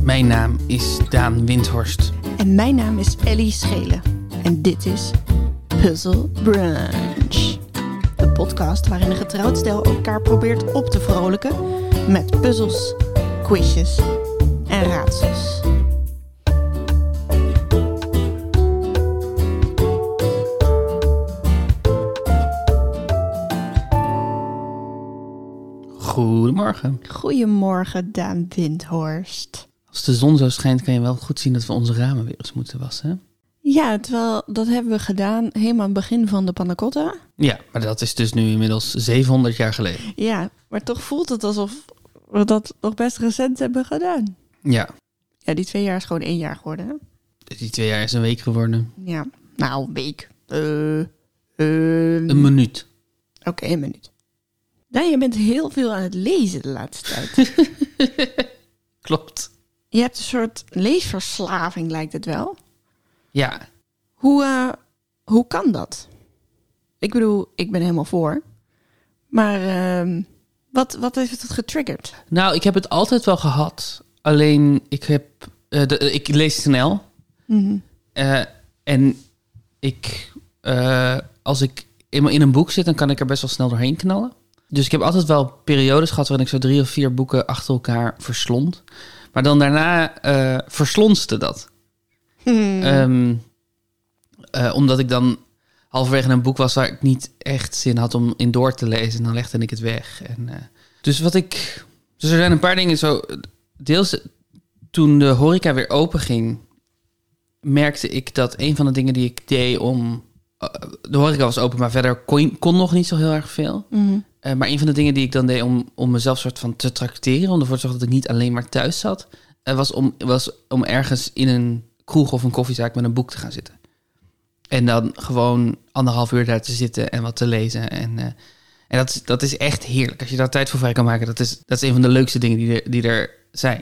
Mijn naam is Daan Windhorst. En mijn naam is Ellie Schelen. En dit is Puzzle Brunch. De podcast waarin een getrouwd stel elkaar probeert op te vrolijken met puzzels, quizjes en raadsels. Goedemorgen. Goedemorgen, Daan Windhorst. Als de zon zo schijnt, kan je wel goed zien dat we onze ramen weer eens moeten wassen. Hè? Ja, terwijl dat hebben we gedaan helemaal aan het begin van de panna cotta. Ja, maar dat is dus nu inmiddels 700 jaar geleden. Ja, maar toch voelt het alsof we dat nog best recent hebben gedaan. Ja. Ja, die 2 jaar is gewoon 1 jaar geworden, hè? Die 2 jaar is een week geworden. Ja, nou, een week. Een minuut. Oké, een minuut. Daan, je bent heel veel aan het lezen de laatste tijd. Klopt. Je hebt een soort leesverslaving, lijkt het wel. Ja. Hoe kan dat? Ik bedoel, ik ben helemaal voor. Maar wat heeft het getriggerd? Nou, ik heb het altijd wel gehad. Alleen, ik lees snel. Mm-hmm. En als ik eenmaal in een boek zit, dan kan ik er best wel snel doorheen knallen. Dus ik heb altijd wel periodes gehad waarin ik zo 3 of 4 boeken achter elkaar verslond. Maar dan daarna verslonste dat. Omdat ik dan halverwege een boek was waar ik niet echt zin had om in door te lezen. En dan legde ik het weg. Dus er zijn een paar dingen zo. Deels toen de horeca weer open ging, merkte ik dat een van de dingen die ik deed om... de horeca was open, maar verder kon nog niet zo heel erg veel. Mm-hmm. Maar een van de dingen die ik dan deed om mezelf soort van te trakteren, om ervoor te zorgen dat ik niet alleen maar thuis zat, was om ergens in een kroeg of een koffiezaak met een boek te gaan zitten. En dan gewoon 1,5 uur daar te zitten en wat te lezen. En dat is echt heerlijk. Als je daar tijd voor vrij kan maken, dat is een van de leukste dingen die er zijn.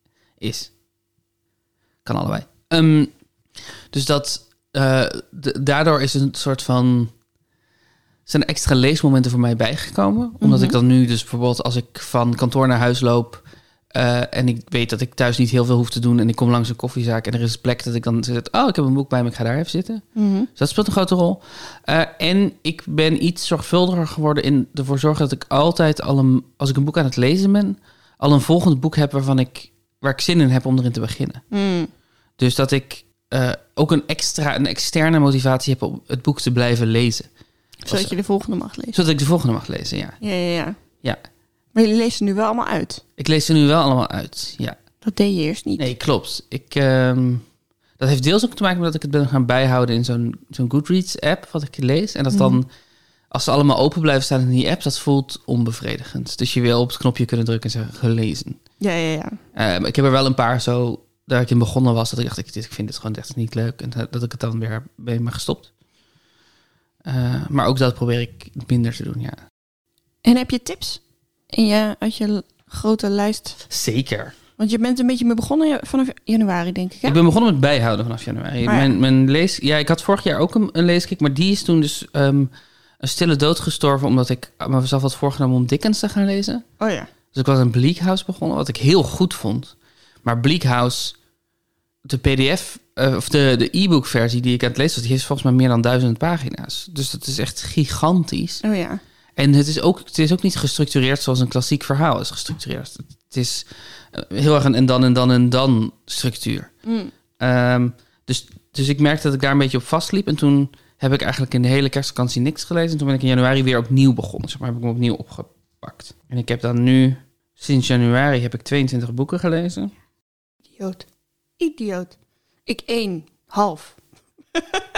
Kan allebei. Dus daardoor is een soort van... zijn er extra leesmomenten voor mij bijgekomen. Omdat ik dan nu dus bijvoorbeeld als ik van kantoor naar huis loop... en ik weet dat ik thuis niet heel veel hoef te doen... en ik kom langs een koffiezaak en er is plek dat ik dan zeg... ik heb een boek bij me, ik ga daar even zitten. Mm-hmm. Dus dat speelt een grote rol. En ik ben iets zorgvuldiger geworden in ervoor zorgen dat ik altijd als ik een boek aan het lezen ben... al een volgend boek heb waar ik zin in heb om erin te beginnen. Mm. Dus dat ik ook een externe motivatie heb om het boek te blijven lezen. Zodat je de volgende mag lezen. Zodat ik de volgende mag lezen, ja. Ja. Maar jullie lezen nu wel allemaal uit? Ik lees ze nu wel allemaal uit, ja. Dat deed je eerst niet. Nee, klopt. Dat heeft deels ook te maken met dat ik het ben gaan bijhouden in zo'n Goodreads-app, wat ik lees. En dat dan, als ze allemaal open blijven staan in die app, dat voelt onbevredigend. Dus je wil op het knopje kunnen drukken en zeggen gelezen. Ja. Ik heb er wel een paar zo, daar ik in begonnen was, dat ik dacht, ik vind dit gewoon echt niet leuk. En dat ik het dan weer bij me gestopt. Maar ook dat probeer ik minder te doen, ja. En heb je tips uit je grote lijst? Zeker. Want je bent een beetje mee begonnen vanaf januari, denk ik, hè? Ik ben begonnen met bijhouden vanaf januari. Ik had vorig jaar ook een leeskick, maar die is toen dus een stille dood gestorven... omdat ik mezelf had voorgenomen om Dickens te gaan lezen. Oh ja. Dus ik was aan Bleak House begonnen, wat ik heel goed vond. Maar Bleak House, de pdf... of de e-book versie die ik aan het lezen was... die heeft volgens mij meer dan 1000 pagina's. Dus dat is echt gigantisch. Oh ja. En het is ook niet gestructureerd zoals een klassiek verhaal is gestructureerd. Het is heel erg een en dan structuur. Dus ik merkte dat ik daar een beetje op vastliep. En toen heb ik eigenlijk in de hele kerstvakantie niks gelezen. En toen ben ik in januari weer opnieuw begonnen. Zeg maar, heb ik hem opnieuw opgepakt. En ik heb dan nu, sinds januari, heb ik 22 boeken gelezen. Idioot. Ik 1,5.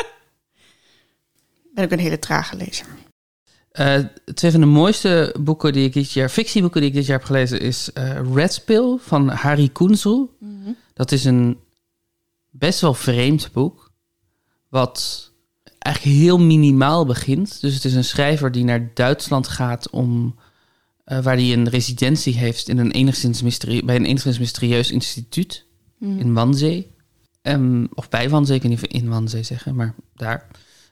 Ben ook een hele trage lezer. 2 van de mooiste boeken die ik dit jaar, fictieboeken die ik dit jaar heb gelezen, is Red Pill van Hari Kunzru. Mm-hmm. Dat is een best wel vreemd boek, wat eigenlijk heel minimaal begint. Dus het is een schrijver die naar Duitsland gaat waar hij een residentie heeft in bij een enigszins mysterieus instituut in Wannsee. Of bij Wannsee, ik kan niet in Wannsee zeggen, maar daar.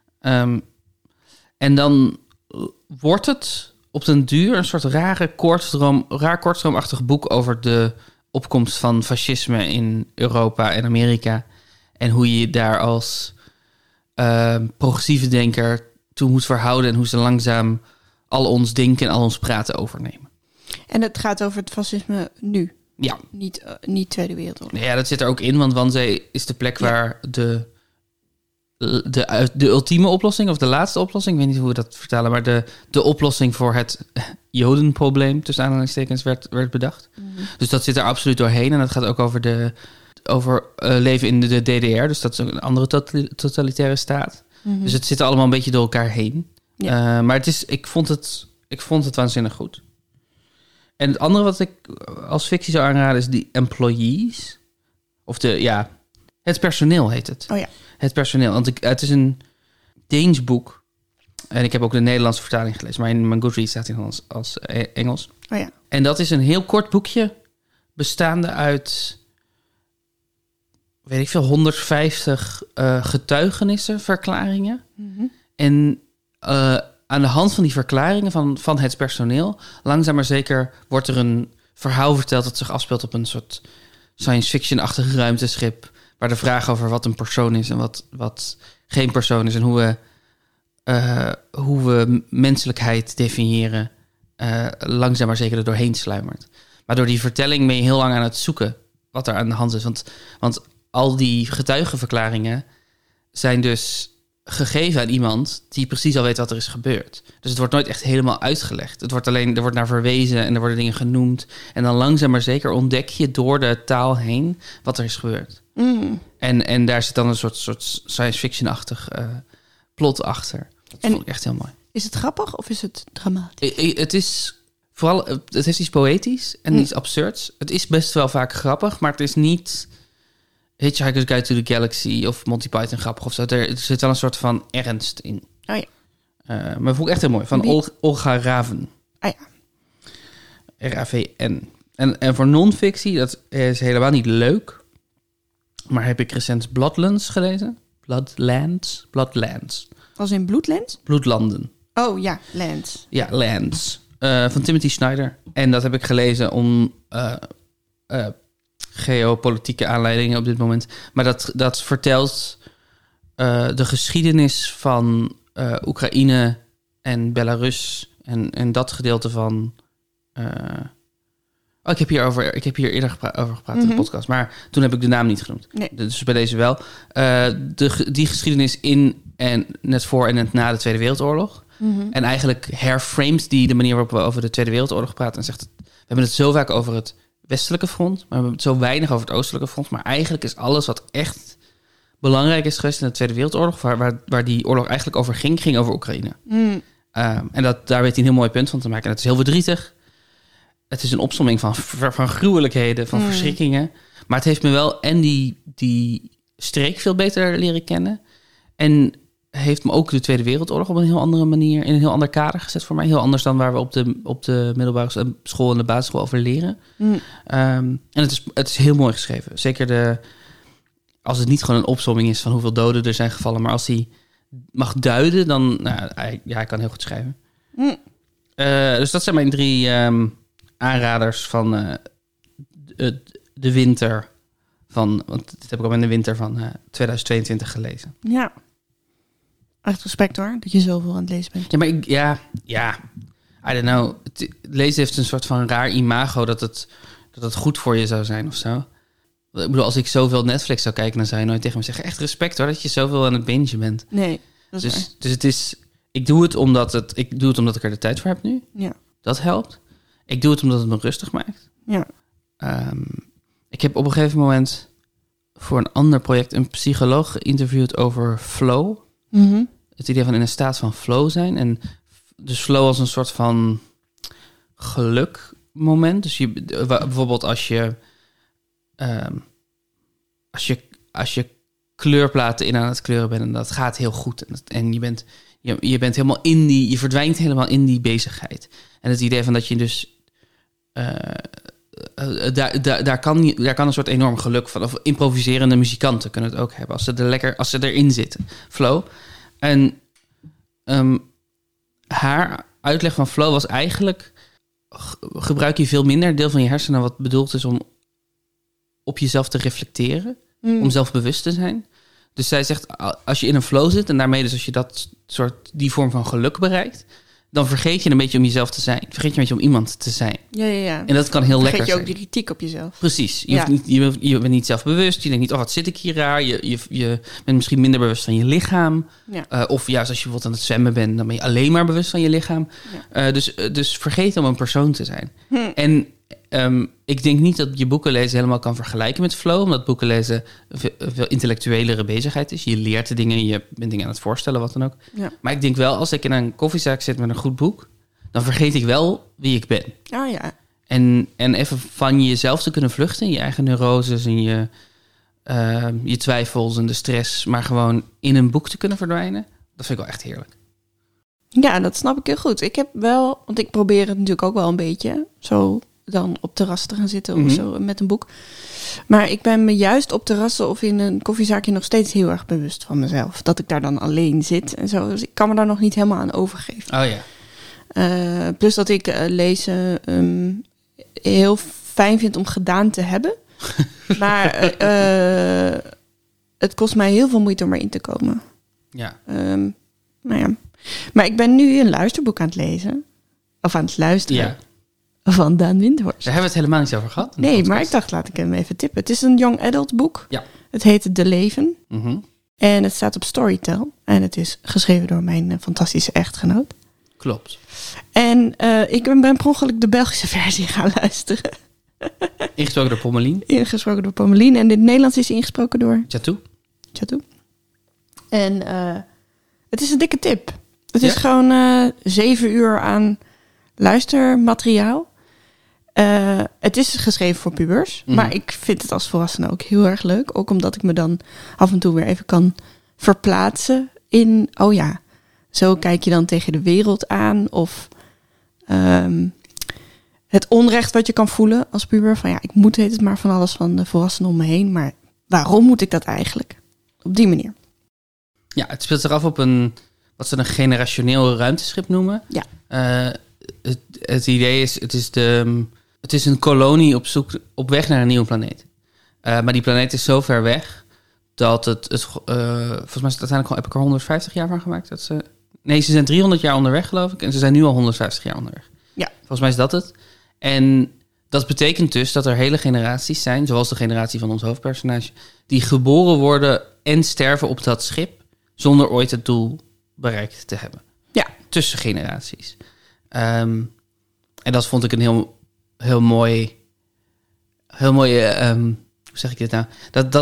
En dan wordt het op den duur een soort raar kortstroomachtig boek over de opkomst van fascisme in Europa en Amerika. En hoe je daar als progressieve denker toe moet verhouden. En hoe ze langzaam al ons denken en al ons praten overnemen. En het gaat over het fascisme nu? Ja. Niet Tweede Wereldoorlog? Ja, dat zit er ook in. Want Wannsee is de plek waar de ultieme oplossing, of de laatste oplossing, ik weet niet hoe we dat vertalen, maar de oplossing voor het Jodenprobleem, tussen aanhalingstekens, werd bedacht. Mm-hmm. Dus dat zit er absoluut doorheen. En dat gaat ook over leven in de DDR. Dus dat is ook een andere totalitaire staat. Mm-hmm. Dus het zit allemaal een beetje door elkaar heen. Ja. Maar ik vond het waanzinnig goed. En het andere wat ik als fictie zou aanraden is die employees. Of het personeel heet het. Oh ja. Het personeel. Want het is een Deens boek. En ik heb ook de Nederlandse vertaling gelezen. Maar in mijn Goodreads staat hij als Engels. Oh ja. En dat is een heel kort boekje. Bestaande uit, weet ik veel, 150 getuigenissen, verklaringen. Mm-hmm. En aan de hand van die verklaringen van het personeel, langzaam maar zeker wordt er een verhaal verteld dat zich afspeelt op een soort science fiction-achtig ruimteschip, waar de vraag over wat een persoon is en wat geen persoon is en hoe we menselijkheid definiëren, langzaam maar zeker er doorheen sluimert. Maar door die vertelling ben je heel lang aan het zoeken wat er aan de hand is. Want al die getuigenverklaringen zijn dus gegeven aan iemand die precies al weet wat er is gebeurd. Dus het wordt nooit echt helemaal uitgelegd. Er wordt naar verwezen en er worden dingen genoemd. En dan langzaam maar zeker ontdek je door de taal heen wat er is gebeurd. Mm. En daar zit dan een soort science fiction-achtig plot achter. Dat vond ik echt heel mooi. Is het grappig of is het dramatisch? Het is vooral, het heeft iets poëtisch en iets absurds. Het is best wel vaak grappig, maar het is niet Hitchhiker's Guide to the Galaxy of Monty Python grappig of zo. Er zit wel een soort van ernst in. Oh ja. Maar dat vond ik echt heel mooi. Van Olga Raven. Ah ja. R-A-V-N. En voor non-fictie, dat is helemaal niet leuk. Maar heb ik recent Bloodlands gelezen. Bloodlands. Als in Bloedlands? Bloedlanden. Oh ja, Lands. Ja, Lands. Van Timothy Snyder. En dat heb ik gelezen om geopolitieke aanleidingen op dit moment. Maar dat vertelt de geschiedenis van Oekraïne en Belarus en dat gedeelte van. Ik heb hier eerder over gepraat in de podcast, maar toen heb ik de naam niet genoemd. Nee. Dus bij deze wel. Die geschiedenis in en net voor en net na de Tweede Wereldoorlog. Mm-hmm. En eigenlijk herframed die de manier waarop we over de Tweede Wereldoorlog praten. En zegt, we hebben het zo vaak over het westelijke front, maar we hebben het zo weinig over het oostelijke front. Maar eigenlijk is alles wat echt belangrijk is geweest in de Tweede Wereldoorlog, waar die oorlog eigenlijk over ging over Oekraïne. Mm. En daar weet hij een heel mooi punt van te maken. En het is heel verdrietig. Het is een opsomming van gruwelijkheden, van verschrikkingen. Maar het heeft me wel en die streek veel beter leren kennen. En heeft me ook de Tweede Wereldoorlog op een heel andere manier, in een heel ander kader gezet voor mij. Heel anders dan waar we op de middelbare school en de basisschool over leren. Mm. En het is heel mooi geschreven. Zeker als het niet gewoon een opsomming is van hoeveel doden er zijn gevallen. Maar als hij mag duiden, dan hij kan heel goed schrijven. Mm. Dus dat zijn mijn 3... aanraders van de winter van, want dit heb ik al in de winter van 2022 gelezen. Ja, echt respect hoor, dat je zoveel aan het lezen bent. Ja, maar I don't know. Lezen heeft een soort van raar imago dat het goed voor je zou zijn of zo. Ik bedoel, als ik zoveel Netflix zou kijken, dan zou je nooit tegen me zeggen, echt respect hoor, dat je zoveel aan het bingen bent. Nee, dat is waar. Dus het is, ik doe het omdat ik er de tijd voor heb nu. Ja. Dat helpt. Ik doe het omdat het me rustig maakt. Ja. Ik heb op een gegeven moment voor een ander project een psycholoog geïnterviewd over flow. Mm-hmm. Het idee van in een staat van flow zijn. En dus flow als een soort van gelukmoment. Dus bijvoorbeeld als je kleurplaten in aan het kleuren bent en dat gaat heel goed. En je bent helemaal je verdwijnt helemaal in die bezigheid. En het idee van dat je dus daar kan een soort enorm geluk van. Of improviserende muzikanten kunnen het ook hebben. Als ze erin zitten. Flow. En haar uitleg van flow was eigenlijk, gebruik je veel minder deel van je hersenen wat bedoeld is om op jezelf te reflecteren. Om zelfbewust te zijn. Dus zij zegt, als je in een flow zit... en daarmee dus als je die vorm van geluk bereikt... dan vergeet je een beetje om jezelf te zijn. Vergeet je een beetje om iemand te zijn. Ja. En dat kan heel lekker zijn. Vergeet je ook die kritiek op jezelf. Precies. Je bent niet zelfbewust. Je denkt niet, wat zit ik hier raar? Je bent misschien minder bewust van je lichaam. Ja. Of juist als je bijvoorbeeld aan het zwemmen bent... dan ben je alleen maar bewust van je lichaam. Ja. Dus vergeet om een persoon te zijn. En ik denk niet dat je boeken lezen helemaal kan vergelijken met flow... omdat boeken lezen een veel intellectuelere bezigheid is. Je leert de dingen, je bent dingen aan het voorstellen, wat dan ook. Ja. Maar ik denk wel, als ik in een koffiezaak zit met een goed boek... dan vergeet ik wel wie ik ben. Oh ja. En even van jezelf te kunnen vluchten... je eigen neuroses en je twijfels en de stress... maar gewoon in een boek te kunnen verdwijnen... dat vind ik wel echt heerlijk. Ja, dat snap ik heel goed. Ik heb wel, want ik probeer het natuurlijk ook wel een beetje... zo dan op terrassen te gaan zitten of zo met een boek. Maar ik ben me juist op terrassen of in een koffiezaakje nog steeds heel erg bewust van mezelf. Dat ik daar dan alleen zit en zo. Dus ik kan me daar nog niet helemaal aan overgeven. Oh ja. Plus dat ik lezen heel fijn vind om gedaan te hebben. Maar het kost mij heel veel moeite om erin te komen. Ja. Nou ja. Maar ik ben nu een luisterboek aan het lezen. Of aan het luisteren. Ja. Van Daan Windhorst. Daar hebben we het helemaal niet over gehad. Nee, maar ik dacht, laat ik hem even tippen. Het is een young adult boek. Ja. Het heet De Leven. En het staat op Storytel. En het is geschreven door mijn fantastische echtgenoot. Klopt. En ik ben per ongeluk de Belgische versie gaan luisteren. Ingesproken door Pommelien. Ingesproken door Pommelien. En in het Nederlands is ingesproken door... Chatou. En het is een dikke tip. Het is gewoon 7 uur aan luistermateriaal. Het is geschreven voor pubers. Maar ik vind het als volwassene ook heel erg leuk. Ook omdat ik me dan af en toe weer even kan verplaatsen in... oh ja, zo kijk je dan tegen de wereld aan. Of het onrecht wat je kan voelen als puber. Van ja, ik moet het maar van alles van de volwassenen om me heen. Maar waarom moet ik dat eigenlijk? Op die manier. Ja, het speelt zich af op wat ze een generationeel ruimteschip noemen. Ja. Het idee is, het is een kolonie op weg naar een nieuwe planeet. Maar die planeet is zo ver weg dat volgens mij is het uiteindelijk heb ik er 150 jaar van gemaakt. Nee, ze zijn 300 jaar onderweg, geloof ik. En ze zijn nu al 150 jaar onderweg. Ja. Volgens mij is dat het. En dat betekent dus dat er hele generaties zijn, zoals de generatie van ons hoofdpersonage, die geboren worden en sterven op dat schip, zonder ooit het doel bereikt te hebben. Ja. Tussen generaties. En dat vond ik een heel mooi, hoe zeg ik dit nou?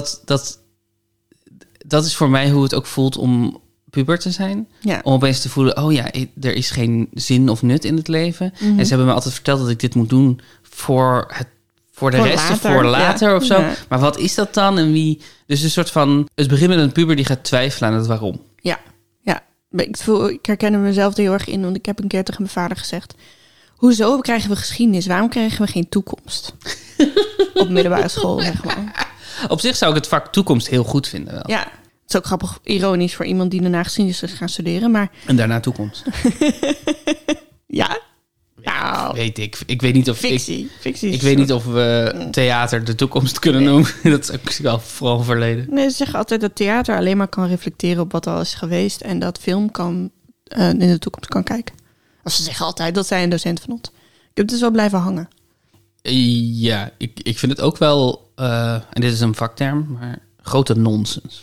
Dat is voor mij hoe het ook voelt om puber te zijn. Ja. Om opeens te voelen, oh ja, er is geen zin of nut in het leven. En ze hebben me altijd verteld dat ik dit moet doen voor de rest later, of voor later of zo. Ja. Maar wat is dat dan en wie? Dus een soort van, het begint met een puber die gaat twijfelen aan het waarom. Ja. Ik herken mezelf er heel erg in, want ik heb een keer tegen mijn vader gezegd: hoezo krijgen we geschiedenis? Waarom krijgen we geen toekomst? Op middelbare school, zeg maar. Op zich zou ik het vak toekomst heel goed vinden wel. Ja, het is ook grappig, ironisch voor iemand die daarna geschiedenis is gaan studeren, maar... En daarna toekomst. Ja? Nou, weet ik. Ik weet niet of... Fictie. Ik weet niet of we theater de toekomst kunnen noemen. Dat is ook wel vooral verleden. Nee, ze zeggen altijd dat theater alleen maar kan reflecteren op wat al is geweest en dat film in de toekomst kan kijken. Als ze zeggen altijd, dat zei een docent van ons. Ik heb dus wel blijven hangen. Ja, ik vind het ook wel, en dit is een vakterm, maar grote nonsens.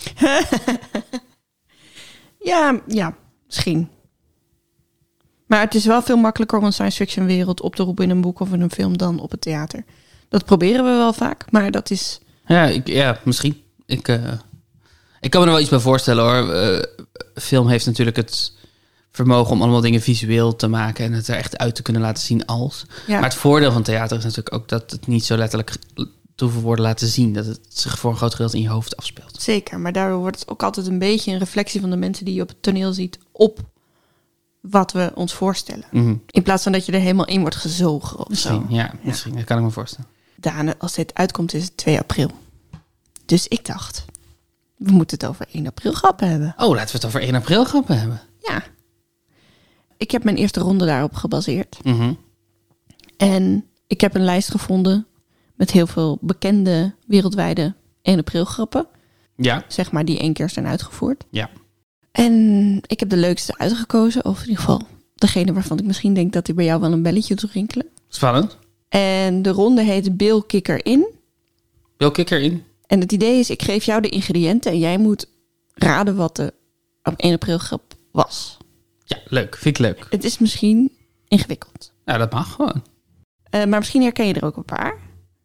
ja, misschien. Maar het is wel veel makkelijker om een science fiction wereld op te roepen in een boek of in een film dan op het theater. Dat proberen we wel vaak, maar dat is... Ja, misschien. Ik kan me er wel iets bij voorstellen hoor. Film heeft natuurlijk het vermogen om allemaal dingen visueel te maken en het er echt uit te kunnen laten zien als. Ja. Maar het voordeel van theater is natuurlijk ook dat het niet zo letterlijk te hoeven worden laten zien. Dat het zich voor een groot gedeelte in je hoofd afspeelt. Zeker, maar daardoor wordt het ook altijd een beetje een reflectie van de mensen die je op het toneel ziet op wat we ons voorstellen. Mm-hmm. In plaats van dat je er helemaal in wordt gezogen of misschien, zo. Ja, misschien. Dat kan ik me voorstellen. Daan, als dit uitkomt is het 2 april. Dus ik dacht, we moeten het over 1 april grappen hebben. Oh, laten we het over 1 april grappen hebben. Ja. Ik heb mijn eerste ronde daarop gebaseerd. Mm-hmm. En ik heb een lijst gevonden Met heel veel bekende wereldwijde 1 april grappen. Ja. Zeg maar, die 1 keer zijn uitgevoerd. Ja. En ik heb de leukste uitgekozen. Of in ieder geval degene waarvan ik misschien denk dat hij bij jou wel een belletje doet rinkelen. Spannend. En de ronde heet Bill Kikker in. Bill Kikker in. En het idee is, ik geef jou de ingrediënten en jij moet raden wat de op 1 april grap was. Ja, leuk. Vind ik leuk. Het is misschien ingewikkeld. Nou, dat mag gewoon. Maar misschien herken je er ook een paar.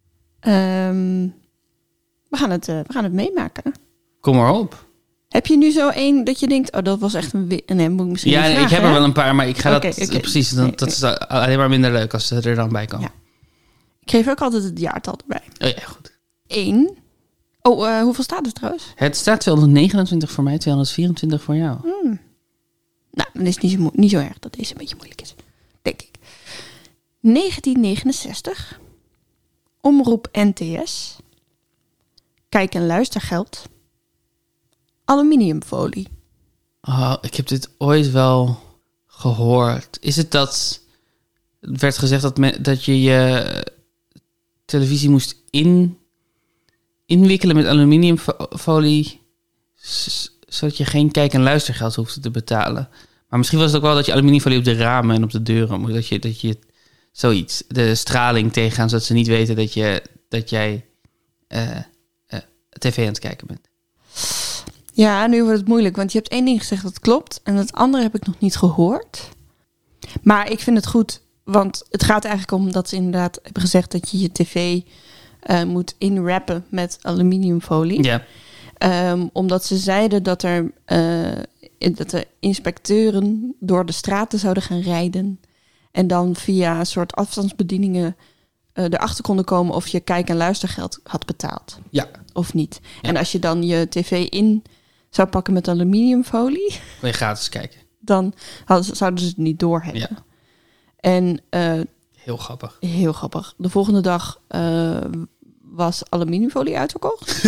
We gaan het meemaken. Kom maar op. Heb je nu zo één dat je denkt, oh, dat was echt een... Nee, moet ik misschien Ja, niet vragen, ik heb er hè? wel een paar, maar ik ga Oké. precies. Dat is alleen maar minder leuk als ze er dan bij kan. Ja. Ik geef ook altijd het jaartal erbij. Oh ja, goed. 1. Oh, hoeveel staat het trouwens? Het staat 229 voor mij, 224 voor jou. Nou, dan is het niet zo erg dat deze een beetje moeilijk is. Denk ik. 1969. Omroep NTS. Kijk- en luistergeld. Aluminiumfolie. Oh, ik heb dit ooit wel gehoord. Is het dat... Het werd gezegd dat je je televisie moest inwikkelen met aluminiumfolie... zodat je geen kijk- en luistergeld hoefde te betalen. Maar misschien was het ook wel dat je aluminiumfolie op de ramen en op de deuren... moet dat je zoiets, de straling tegengaan... zodat ze niet weten dat jij tv aan het kijken bent. Ja, nu wordt het moeilijk, want je hebt 1 ding gezegd dat klopt... en het andere heb ik nog niet gehoord. Maar ik vind het goed, want het gaat eigenlijk om dat ze inderdaad hebben gezegd... dat je je tv moet inwrappen met aluminiumfolie. Ja. Omdat ze zeiden dat de inspecteuren door de straten zouden gaan rijden... en dan via een soort afstandsbedieningen erachter konden komen... of je kijk- en luistergeld had betaald. Ja. Of niet. Ja. En als je dan je tv in zou pakken met aluminiumfolie... Wil je gratis kijken. dan zouden ze het niet doorhebben. Ja. En Heel grappig. heel grappig. De volgende dag was aluminiumfolie uitverkocht.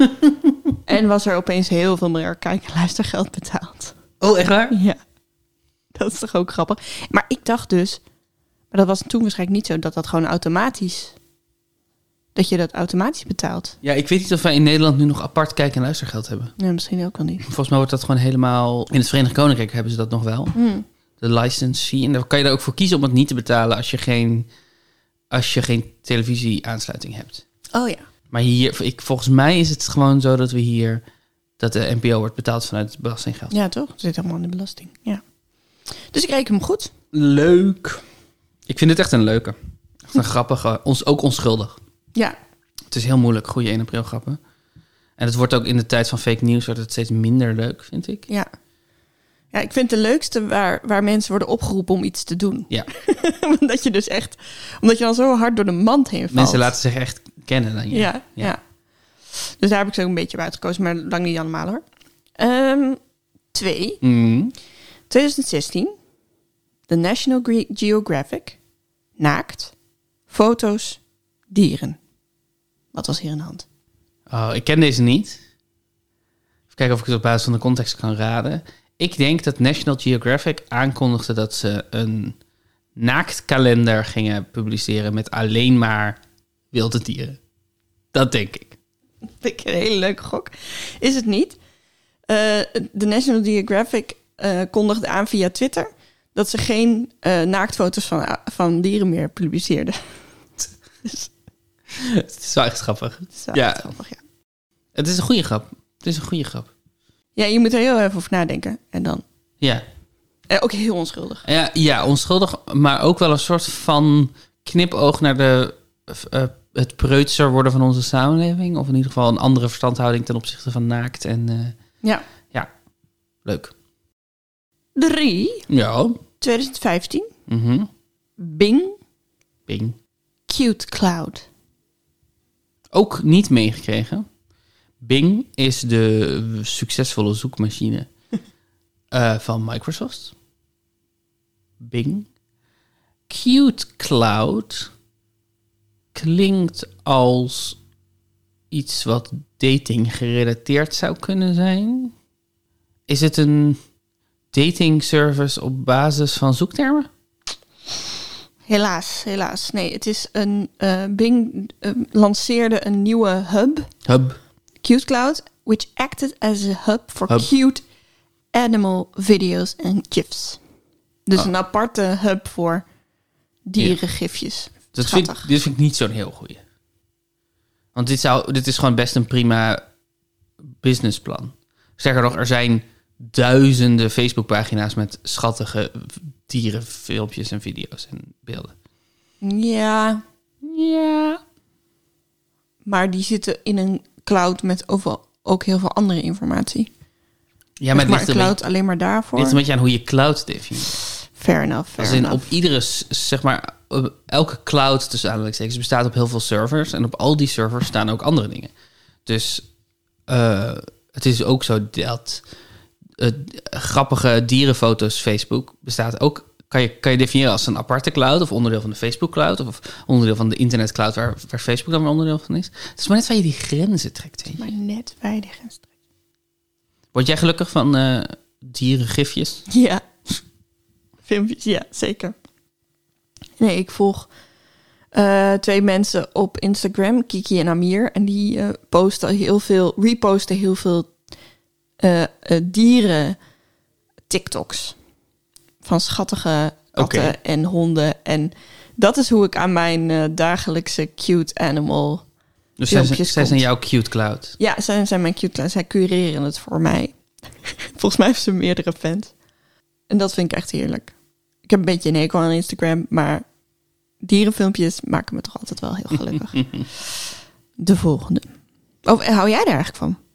En was er opeens heel veel meer kijk- en luistergeld betaald. Oh, echt waar? Ja, dat is toch ook grappig. Maar ik dacht dus, maar dat was toen waarschijnlijk niet zo... dat gewoon automatisch... dat je dat automatisch betaalt. Ja, ik weet niet of wij in Nederland nu nog apart kijk- en luistergeld hebben. Ja, misschien ook wel niet. Volgens mij wordt dat gewoon helemaal... In het Verenigd Koninkrijk hebben ze dat nog wel. De license fee. En dan kan je er ook voor kiezen om het niet te betalen... als je geen televisieaansluiting hebt. Oh ja. Maar hier, volgens mij is het gewoon zo dat we hier... dat de NPO wordt betaald vanuit het belastinggeld. Ja, toch? Het zit helemaal in de belasting. Ja. Dus ik reken hem goed. Leuk. Ik vind het echt een leuke. Echt een grappige. Ook onschuldig. Ja. Het is heel moeilijk, goede 1 april grappen. En het wordt ook in de tijd van fake news... wordt het steeds minder leuk, vind ik. Ja. Ja, ik vind het de leukste waar mensen worden opgeroepen om iets te doen. Ja. Omdat je dus echt... Omdat je dan zo hard door de mand heen valt. Mensen laten zich echt kennen dan je. Ja. Dus daar heb ik zo een beetje bij uitgekozen, maar lang niet allemaal hoor. 2. 2016. The National Geographic. Naakt. Foto's. Dieren. Wat was hier aan de hand? Oh, ik ken deze niet. Even kijken of ik het op basis van de context kan raden. Ik denk dat National Geographic aankondigde dat ze een naaktkalender gingen publiceren met alleen maar wilde dieren. Dat denk ik. Vind ik een hele leuke gok. Is het niet? De National Geographic kondigde aan via Twitter... dat ze geen naaktfoto's van dieren meer publiceerden. Dus, Het is wel echt grappig. het is wel Ja. echt grappig, ja. Het is een goede grap. Het is een goede grap. Ja, je moet er heel even over nadenken. En dan... Ja. ook heel onschuldig. Ja, onschuldig, maar ook wel een soort van knipoog naar het preutser worden van onze samenleving. Of in ieder geval een andere verstandhouding ten opzichte van naakt. En Ja. leuk. 3. Ja. 2015. Mhm. Bing. Bing. Cute Cloud. Ook niet meegekregen. Bing is de succesvolle zoekmachine van Microsoft. Bing. Cute Cloud klinkt als iets wat dating gerelateerd zou kunnen zijn. Is het een dating service op basis van zoektermen? Helaas. Nee, het is Bing lanceerde een nieuwe hub. Cute Cloud, which acted as a hub for cute animal videos and GIFs. Dus een aparte hub voor dierengifjes. Dit vind ik niet zo'n heel goeie. Want dit is gewoon best een prima businessplan. Sterker nog, er zijn duizenden Facebookpagina's met schattige dierenfilmpjes en video's en beelden. Ja. Maar die zitten in een cloud met overal ook heel veel andere informatie. Ja, maar een cloud alleen maar daarvoor. Ligt een beetje aan hoe je cloud definieert. Fair enough. Op iedere, zeg maar, elke cloud tussen aanhalingstekens bestaat op heel veel servers. En op al die servers staan ook andere dingen. Dus het is ook zo dat grappige dierenfoto's Facebook bestaat ook. Kan je definiëren als een aparte cloud of onderdeel van de Facebook cloud of onderdeel van de internet cloud waar Facebook dan weer onderdeel van is. Het is maar net waar je die grenzen trekt. Weet je. Maar net waar je die grenzen trekt. Word jij gelukkig van dierengifjes? Ja. Filmpjes, ja, zeker. Nee, ik volg 2 mensen op Instagram, Kiki en Amir. En die reposten heel veel dieren TikToks. Van schattige katten en honden. En dat is hoe ik aan mijn dagelijkse cute animal dus zij zijn jouw cute cloud? Ja, zij zijn mijn cute cloud. Zij cureren het voor mij. Volgens mij heeft ze meerdere fans. En dat vind ik echt heerlijk. Ik heb een beetje een hekel aan Instagram, maar dierenfilmpjes maken me toch altijd wel heel gelukkig. De volgende. Hou jij daar eigenlijk van?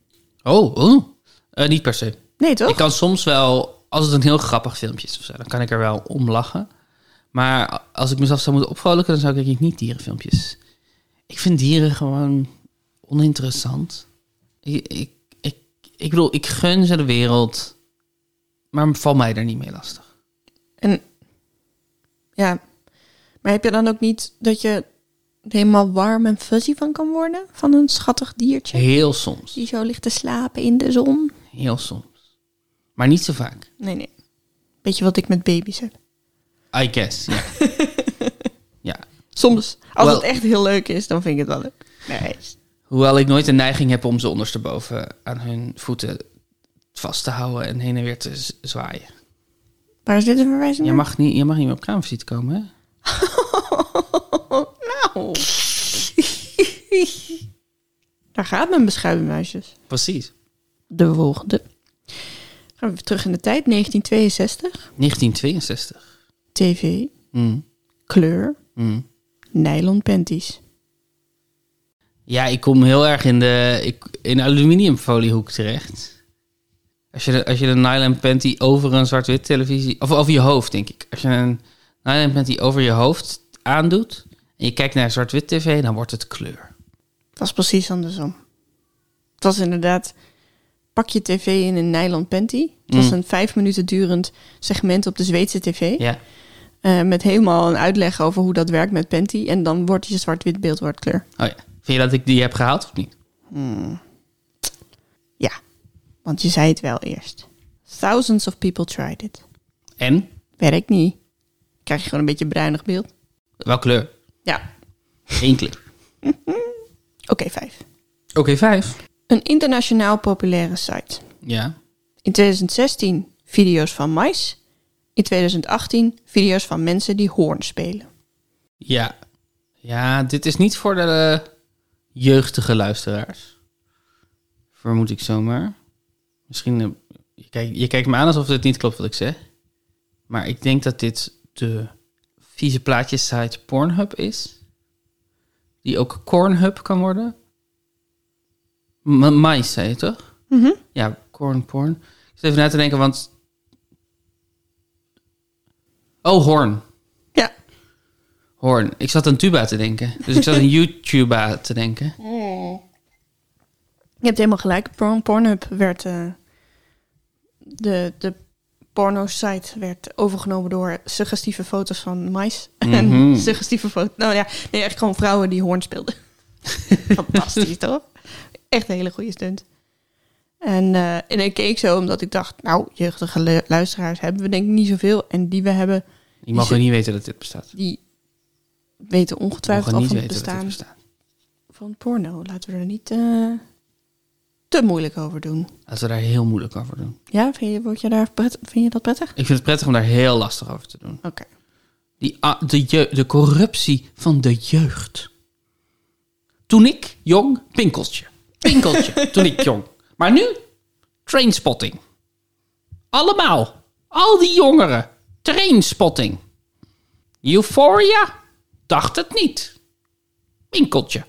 Niet per se. Nee, toch? Ik kan soms wel, als het een heel grappig filmpje is of zo, dan kan ik er wel om lachen. Maar als ik mezelf zou moeten opvrolijken, dan zou ik niet dierenfilmpjes. Ik vind dieren gewoon oninteressant. Ik bedoel, ik gun ze de wereld, maar val mij daar niet mee lastig. En ja, maar heb je dan ook niet dat je helemaal warm en fuzzy van kan worden? Van een schattig diertje? Heel soms. Die zo ligt te slapen in de zon? Heel soms. Maar niet zo vaak. Nee. Weet je wat ik met baby's heb? I guess, ja. Ja. Soms, als het echt heel leuk is, dan vind ik het wel leuk. Nee. Hoewel ik nooit de neiging heb om ze ondersteboven aan hun voeten vast te houden en heen en weer te zwaaien. Waar is dit een verwijzing? Je mag niet meer op kraamvisite komen, hè? Nou. Daar gaat mijn beschuivenmuisjes. Precies. De volgende. Gaan we weer terug in de tijd. 1962. 1962. TV. Kleur. Nylon panties. Ja, ik kom heel erg in de aluminiumfoliehoek terecht. Als je de nylon panty over een zwart-wit televisie... Of over je hoofd, denk ik. Als je een nylon panty over je hoofd aandoet... en je kijkt naar zwart-wit tv, dan wordt het kleur. Het was precies andersom. Het was inderdaad... Pak je tv in een nylon panty. Het was een 5 minuten durend segment op de Zweedse tv. Ja. Met helemaal een uitleg over hoe dat werkt met panty. En dan wordt je zwart-wit beeld wordt kleur. Oh ja. Vind je dat ik die heb gehaald of niet? Ja, want je zei het wel eerst. Thousands of people tried it. En? Werkt niet. Krijg je gewoon een beetje bruinig beeld. Welke kleur? Ja. 1 kleur. Oké, 5. Oké, 5. Een internationaal populaire site. Ja. In 2016 video's van mais. In 2018 video's van mensen die hoorn spelen. Ja. Ja, dit is niet voor de jeugdige luisteraars. Vermoed ik zomaar. Misschien... Je kijkt me aan alsof het niet klopt wat ik zeg. Maar ik denk dat dit de vieze plaatjes site Pornhub is. Die ook Cornhub kan worden. Mais, zei je toch? Ja, porn. Ik zit even na te denken, want... Oh, hoorn. Ja. Hoorn. Ik zat aan tuba te denken. Dus ik zat aan YouTuba te denken. Je hebt helemaal gelijk. Pornhub werd... De porno-site werd overgenomen door suggestieve foto's van mais. En suggestieve foto's... Nou ja, nee, echt gewoon vrouwen die hoorn speelden. Fantastisch, toch? Echt een hele goede stunt. En ik keek zo omdat ik dacht... Nou, jeugdige luisteraars hebben we denk ik niet zoveel. En die we hebben Die mogen niet weten dat dit bestaat. Die weten ongetwijfeld al niet van het weten dat dit bestaan bestaat. van porno. Laten we er niet te moeilijk over doen. Laten we daar heel moeilijk over doen. Ja, vind je dat prettig? Ik vind het prettig om daar heel lastig over te doen. Oké. De corruptie van de jeugd. Toen ik jong, pinkeltje. Toen ik jong. Maar nu, Trainspotting. Allemaal. Al die jongeren. Trainspotting. Euphoria? Dacht het niet. Pinkeltje.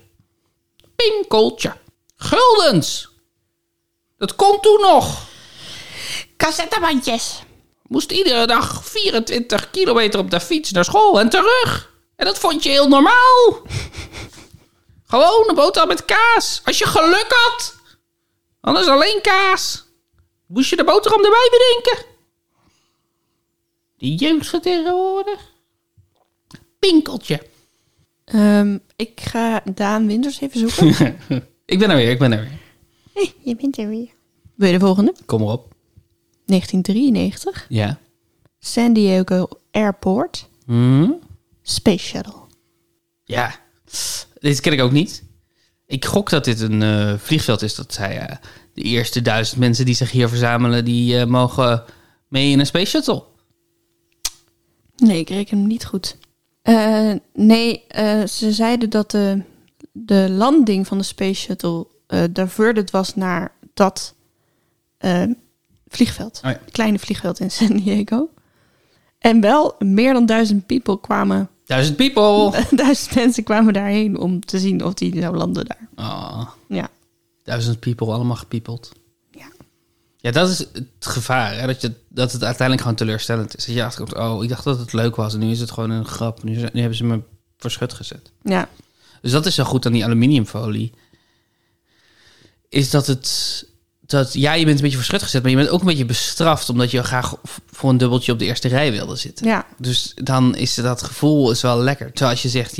Guldens. Dat kon toen nog. Cassettebandjes. Moest iedere dag 24 kilometer op de fiets naar school en terug. En dat vond je heel normaal. Gewoon een boterham met kaas. Als je geluk had. Anders alleen kaas. Moest je de boterham erbij bedenken. Die jeugd van tegenwoordig. Pinkeltje. Ik ga Daan Winters even zoeken. Ik ben er weer. Hey, je bent er weer. Wil je de volgende? Kom erop. 1993. Ja. San Diego Airport. Space Shuttle. Ja. Dit ken ik ook niet. Ik gok dat dit een vliegveld is. Dat zij de eerste 1000 mensen die zich hier verzamelen... die mogen mee in een Space Shuttle. Nee, ik reken hem niet goed. Ze zeiden dat de landing van de Space Shuttle diverted was naar dat vliegveld. Oh ja. Kleine vliegveld in San Diego. En wel meer dan 1000 people kwamen... 1000 people! 1000 mensen kwamen daarheen om te zien of die zou landen daar. Oh, Ja. 1000 people, allemaal gepiepeld. Ja. Ja, dat is het gevaar. Hè? Dat het uiteindelijk gewoon teleurstellend is. Dat je achterkomt, ik dacht dat het leuk was. En nu is het gewoon een grap. Nu hebben ze me voor schut gezet. Ja. Dus dat is zo goed aan die aluminiumfolie. Is dat je bent een beetje voor schut gezet, maar je bent ook een beetje bestraft omdat je graag voor een dubbeltje op de eerste rij wilde zitten. Ja. Dus dan is dat gevoel is wel lekker. Terwijl als je zegt,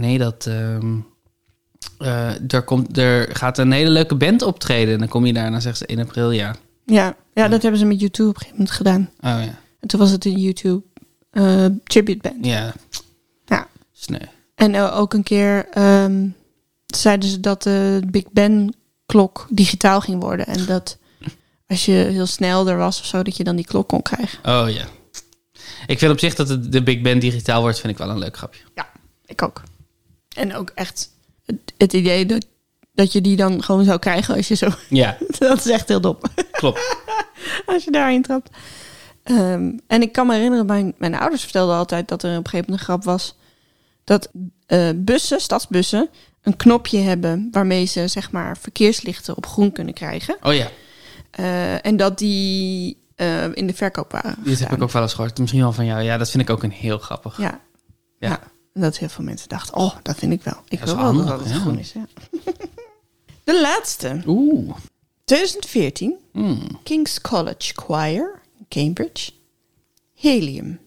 er gaat een hele leuke band optreden. En dan kom je daar en dan zegt ze 1 april, ja. Ja, dat hebben ze met YouTube op een gegeven moment gedaan. Oh ja. En toen was het een YouTube tribute band. Ja. Ja. Sneu. En ook een keer zeiden ze dat de Big Ben klok digitaal ging worden. En dat als je heel snel er was of zo, dat je dan die klok kon krijgen. Oh ja. Ik vind op zich dat de Big Ben digitaal wordt, vind ik wel een leuk grapje. Ja, ik ook. En ook echt het idee dat je die dan gewoon zou krijgen als je zo... Ja. Dat is echt heel dom. Klopt. Als je daarin trapt. En ik kan me herinneren, mijn ouders vertelden altijd dat er op een gegeven moment een grap was. Dat stadsbussen, een knopje hebben waarmee ze zeg maar verkeerslichten op groen kunnen krijgen. Oh ja. En dat die in de verkoop waren. Dit heb ik ook wel eens gehoord. Misschien wel van jou. Ja, dat vind ik ook een heel grappig. Ja. Ja. Ja. En dat heel veel mensen dachten, dat vind ik wel. Ik Dat wil is wel handig, dat het ja. groen is. Ja. De laatste. Oeh. 2014. King's College Choir, Cambridge. Helium.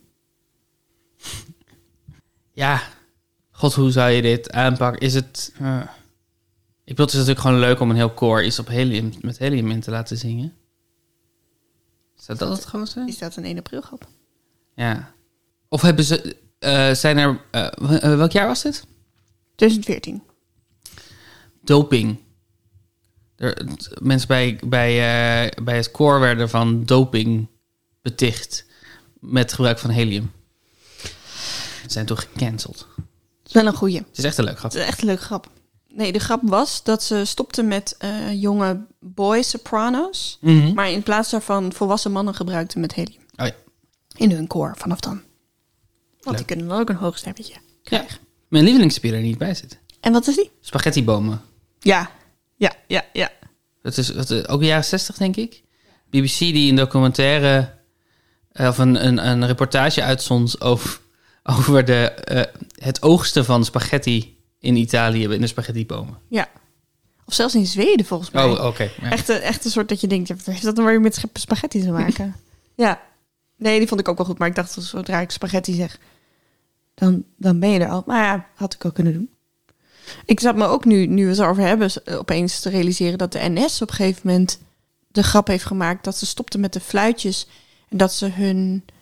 Ja. God, hoe zou je dit aanpakken? Is het... Ik bedoel, het is natuurlijk gewoon leuk om een heel koor iets met helium in te laten zingen. Zou dat het gewoon zijn? Is dat een 1 april grap? Ja. Of hebben ze... zijn er... welk jaar was dit? 2014. Doping. Mensen bij het koor werden van doping beticht met gebruik van helium. Ze zijn toen gecanceld. Dat is wel een goeie. Het is echt een leuk grap. Dat is echt een leuke grap. Nee, de grap was dat ze stopten met jonge boy sopranos. Mhm. Maar in plaats daarvan volwassen mannen gebruikten met helium. Oh ja. In hun koor vanaf dan. Want Leuk. die kunnen dan ook een hoog stemmetje krijgen. Ja. Mijn lievelingsspeler er niet bij zit. En wat is die? Spaghettibomen. Ja. Dat is ook jaren 60, denk ik. BBC die een documentaire of een reportage uitzond over het oogsten van spaghetti in Italië in de spaghettibomen. Ja. Of zelfs in Zweden volgens mij. Oh, oké. Ja. Echt een soort dat je denkt, wat heeft dat dan weer met spaghetti te maken? Ja. Nee, die vond ik ook wel goed. Maar ik dacht, zodra ik spaghetti zeg, dan ben je er al. Maar ja, had ik ook kunnen doen. Ik zat me ook nu we het erover hebben, opeens te realiseren dat de NS op een gegeven moment de grap heeft gemaakt dat ze stopten met de fluitjes en dat ze hun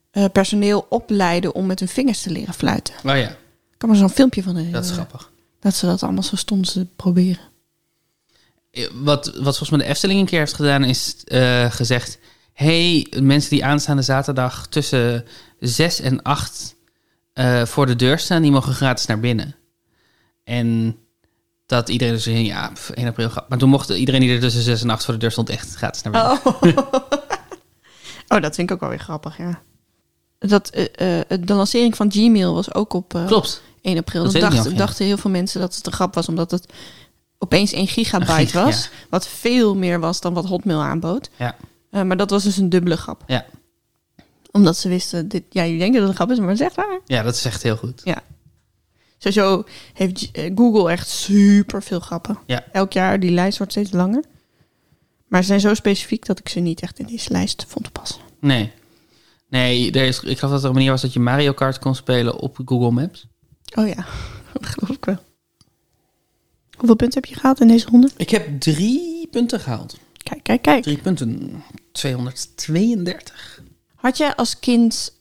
personeel opleiden om met hun vingers te leren fluiten. Oh ja, Ik kan maar zo'n filmpje van dat is grappig. dat ze dat allemaal zo stonden te proberen. Wat volgens mij de Efteling een keer heeft gedaan, is gezegd... Hey, mensen die aanstaande zaterdag tussen 6 en 8 voor de deur staan... die mogen gratis naar binnen. En dat iedereen dus 1 april gaat. Maar toen mocht iedereen die er tussen 6 en 8 voor de deur stond... echt gratis naar binnen. Oh, dat vind ik ook wel weer grappig, ja. De lancering van Gmail was ook op Klopt. 1 april. Dat Dan weet ik nog, ja. dachten heel veel mensen dat het een grap was... omdat het opeens 1 gigabyte was. Ja. Wat veel meer was dan wat Hotmail aanbood. Ja. Maar dat was dus een dubbele grap. Ja. Omdat ze wisten, je denkt dat het een grap is, maar het is echt waar. Ja, dat is echt heel goed. Ja. Sowieso heeft Google echt super veel grappen. Ja. Elk jaar, die lijst wordt steeds langer. Maar ze zijn zo specifiek dat ik ze niet echt in deze lijst vond passen. Nee, ik geloof dat er een manier was dat je Mario Kart kon spelen op Google Maps. Oh ja, dat geloof ik wel. Hoeveel punten heb je gehaald in deze ronde? Ik heb 3 punten gehaald. Kijk. 3 punten. 232. Had jij als kind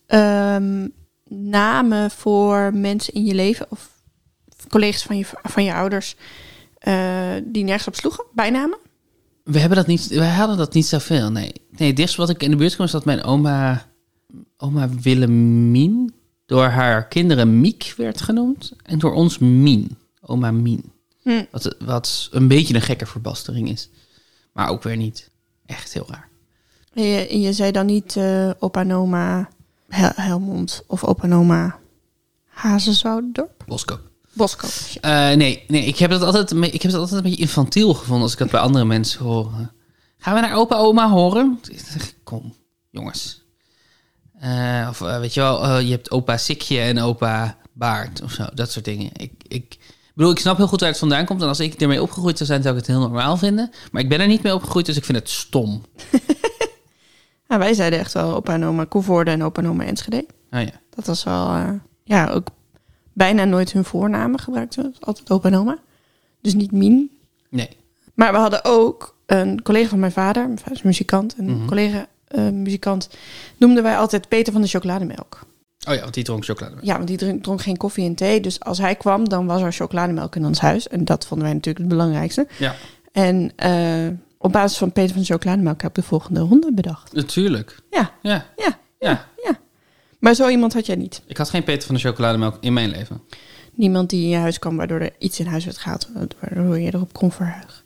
namen voor mensen in je leven... of collega's van je ouders die nergens op sloegen? Bijnamen? We hadden dat niet zoveel, nee. Nee, het dichtst wat ik in de buurt kwam is dat mijn oma Willemien... door haar kinderen Miek werd genoemd. En door ons Mien. Oma Mien. Wat een beetje een gekke verbastering is. Maar ook weer niet echt heel raar. En je zei dan niet opa en oma Helmond of opa en oma Hazenzoudendorp? Boskoop. Nee, ik heb dat altijd een beetje infantiel gevonden als ik dat bij andere mensen hoor. Gaan we naar opa oma horen? Kom, jongens. Of weet je wel, je hebt opa Sikje en opa Baard of zo, dat soort dingen. Ik snap heel goed waar het vandaan komt. En als ik ermee opgegroeid zou zijn, zou ik het heel normaal vinden. Maar ik ben er niet mee opgegroeid, dus ik vind het stom. Ja, wij zeiden echt wel opa en oma Koevoorde en opa en oma Enschede. Oh ja. Dat was wel, ook bijna nooit hun voornamen gebruikten. Altijd opa en oma. Dus niet Mien. Nee. Maar we hadden ook een collega van mijn vader. Mijn vader is muzikant. En een collega muzikant noemden wij altijd Peter van de chocolademelk. Oh ja, want die dronk chocolademelk. Ja, want die dronk geen koffie en thee. Dus als hij kwam, dan was er chocolademelk in ons huis. En dat vonden wij natuurlijk het belangrijkste. Ja. En op basis van Peter van de chocolademelk heb ik de volgende ronde bedacht. Natuurlijk. Ja. Ja. Maar zo iemand had jij niet. Ik had geen Peter van de chocolademelk in mijn leven. Niemand die in je huis kwam waardoor er iets in huis werd gehaald. Waardoor je erop kon verheugen.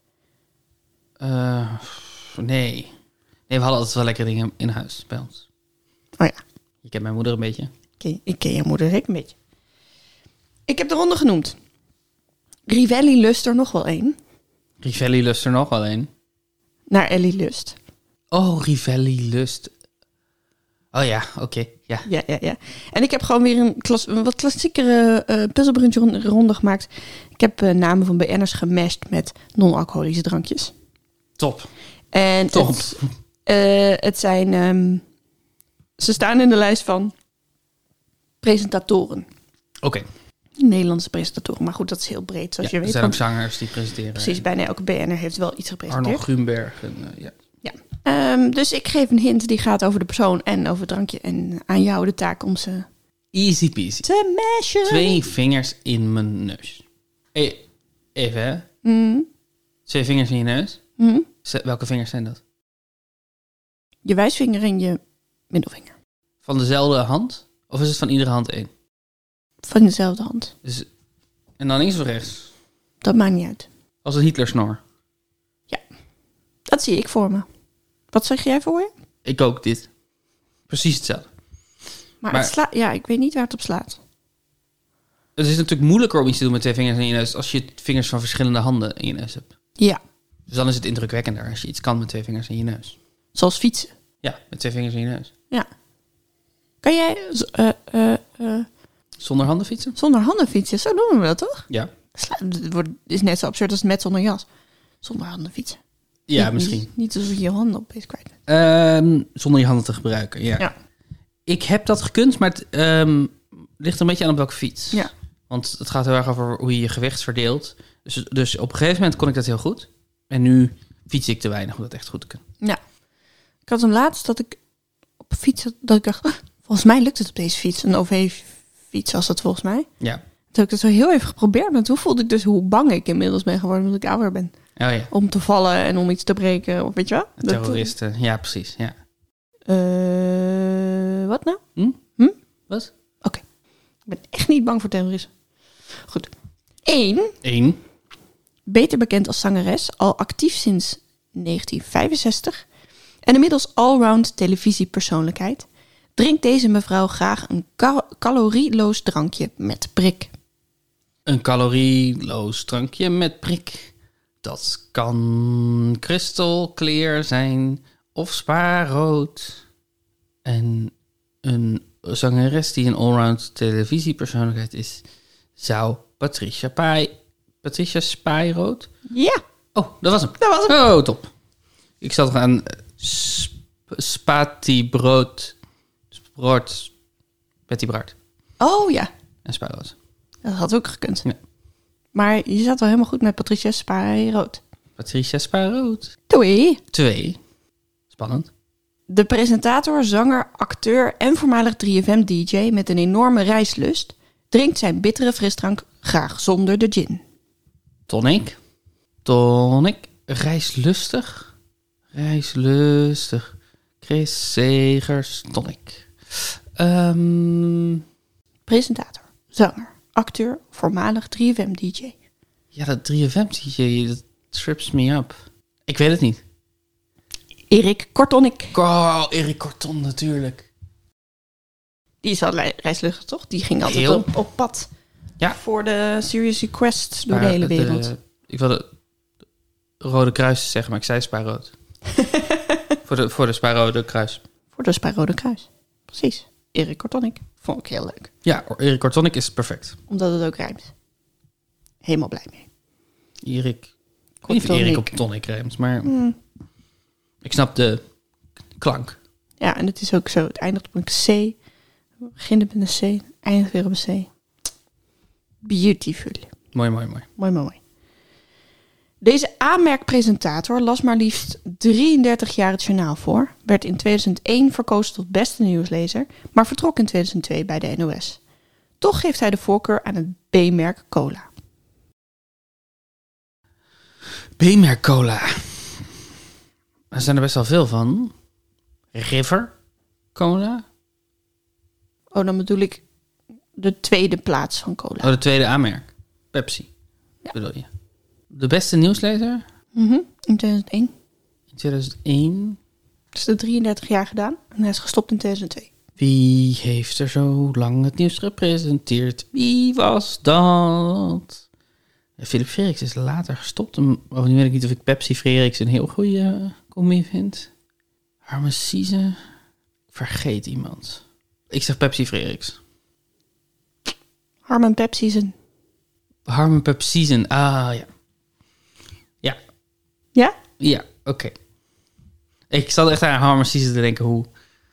Nee, we hadden altijd wel lekkere dingen in huis bij ons. Oh ja. Je kent mijn moeder een beetje. Ik ken je moeder zeker een beetje. Ik heb de ronde genoemd. Rivelli lust er nog wel één. Rivelli lust er nog wel een. Naar Ellie lust. Oh, Rivelli lust. Oh ja, oké. Ja. Ja. En ik heb gewoon weer een wat klassiekere puzzelbrunch ronde gemaakt. Ik heb namen van BN'ers gemashed met non-alcoholische drankjes. Top. En het zijn... ze staan in de lijst van presentatoren. Oké. Nederlandse presentatoren. Maar goed, dat is heel breed, zoals je weet. Er zijn ook zangers die presenteren. Precies, bijna elke BN'er heeft wel iets gepresenteerd. Arnold Grunberg. Ja. Dus ik geef een hint die gaat over de persoon en over het drankje. En aan jou de taak om ze Easy peasy. te mashen. 2 vingers in mijn neus. Even, hè? 2 vingers in je neus? Welke vingers zijn dat? Je wijsvinger en je middelvinger. Van dezelfde hand? Of is het van iedere hand 1? Van dezelfde hand. Dus, en dan links of rechts? Dat maakt niet uit. Als een Hitlersnor. Dat zie ik voor me. Wat zeg jij voor je? Ik ook dit. Precies hetzelfde. Maar het slaat... Ja, ik weet niet waar het op slaat. Het is natuurlijk moeilijker om iets te doen met 2 vingers in je neus... als je vingers van verschillende handen in je neus hebt. Ja. Dus dan is het indrukwekkender als je iets kan met 2 vingers in je neus. Zoals fietsen. Ja, met 2 vingers in je neus. Ja. Kan jij Zonder handen fietsen? zonder handen fietsen? Zo noemen we dat, toch? Ja. Het is net zo absurd als met zonder jas. Zonder handen fietsen. Ja, misschien. Niet alsof je je handen opeens kwijt bent. Zonder je handen te gebruiken, ja. Ik heb dat gekund, maar het ligt er een beetje aan op welke fiets. Ja. Want het gaat heel erg over hoe je je gewicht verdeelt. Dus op een gegeven moment kon ik dat heel goed. En nu fiets ik te weinig om dat echt goed te kunnen. Ja. Ik had hem laatst dat ik op fiets had, dat ik dacht... Volgens mij lukt het op deze fiets. Een OV-fiets was dat volgens mij. Ja. Toen heb ik het zo heel even geprobeerd. Maar toen voelde ik dus hoe bang ik inmiddels ben geworden omdat ik ouder ben. Oh ja. Om te vallen en om iets te breken. Of weet je wel? Terroristen. Ja, precies. Ja. Wat nou? Wat? Oké. Ik ben echt niet bang voor terroristen. Goed. 1. Beter bekend als zangeres. Al actief sinds 1965. En inmiddels allround televisiepersoonlijkheid. Drinkt deze mevrouw graag een calorieloos drankje met prik. Een calorieloos drankje met prik. Dat kan Crystal Clear zijn of spaarrood. En een zangeres die een allround televisiepersoonlijkheid is, zou Patricia Spyrood? Ja. Oh, dat was hem. Dat was hem. Oh, top. Ik zat er aan Spatibrood. Betty Braart. Oh ja. En Spyrood. Dat had ook gekund. Ja. Maar je zat wel helemaal goed met Patricia Spyrood. Patricia Spyrood. 2. Spannend. De presentator, zanger, acteur en voormalig 3FM-dj met een enorme reislust drinkt zijn bittere frisdrank graag zonder de gin. Tonic. Reislustig. Chris Segers. Tonic. Presentator, zanger, acteur, voormalig 3FM-dj. Ja, dat 3FM-dj, dat trips me up. Ik weet het niet. Erik Kortonic. Oh, Erik Korton natuurlijk. Die is al reislustig, toch? Die ging altijd Heel. op pad. Ja. Voor de Serious Request door de Maar hele wereld. ik wilde Rode Kruis zeggen, maar ik zei Spaarrood. voor de Spaarrode Kruis. Voor de Spyrood Kruis. Precies. Erik Kortonic. Vond ik heel leuk. Ja, Erik Kortonic is perfect. Omdat het ook rijmt. Helemaal blij mee. Erik. Ik weet niet of Erik op tonic rijmt, maar ik snap de klank. Ja, en het is ook zo. Het eindigt op een C. Begint met een C. Eindigt weer op een C. Beautiful. Mooi. Deze aanmerkpresentator las maar liefst 33 jaar het journaal voor. Werd in 2001 verkozen tot beste nieuwslezer. Maar vertrok in 2002 bij de NOS. Toch geeft hij de voorkeur aan het B-merk cola. B-merk cola. Er zijn er best wel veel van. River cola. Oh, dan bedoel ik de tweede plaats van cola. Oh, de tweede aanmerk. Pepsi. Ja. Bedoel je? De beste nieuwslezer? In 2001. In 2001. Dus de 33 jaar gedaan. En hij is gestopt in 2002. Wie heeft er zo lang het nieuws gepresenteerd? Wie was dat? Philip Freriks is later gestopt. Nu weet ik niet of ik Pepsi Freriks een heel goede combi vind. Harmen Siezen. Vergeet iemand. Ik zeg Pepsi Freriks. Harman Pepsi. Harmen Pepsizen. Ah, ja. Ja. Ja? Ja, oké. Ik zat echt aan Harmen Siezen te denken,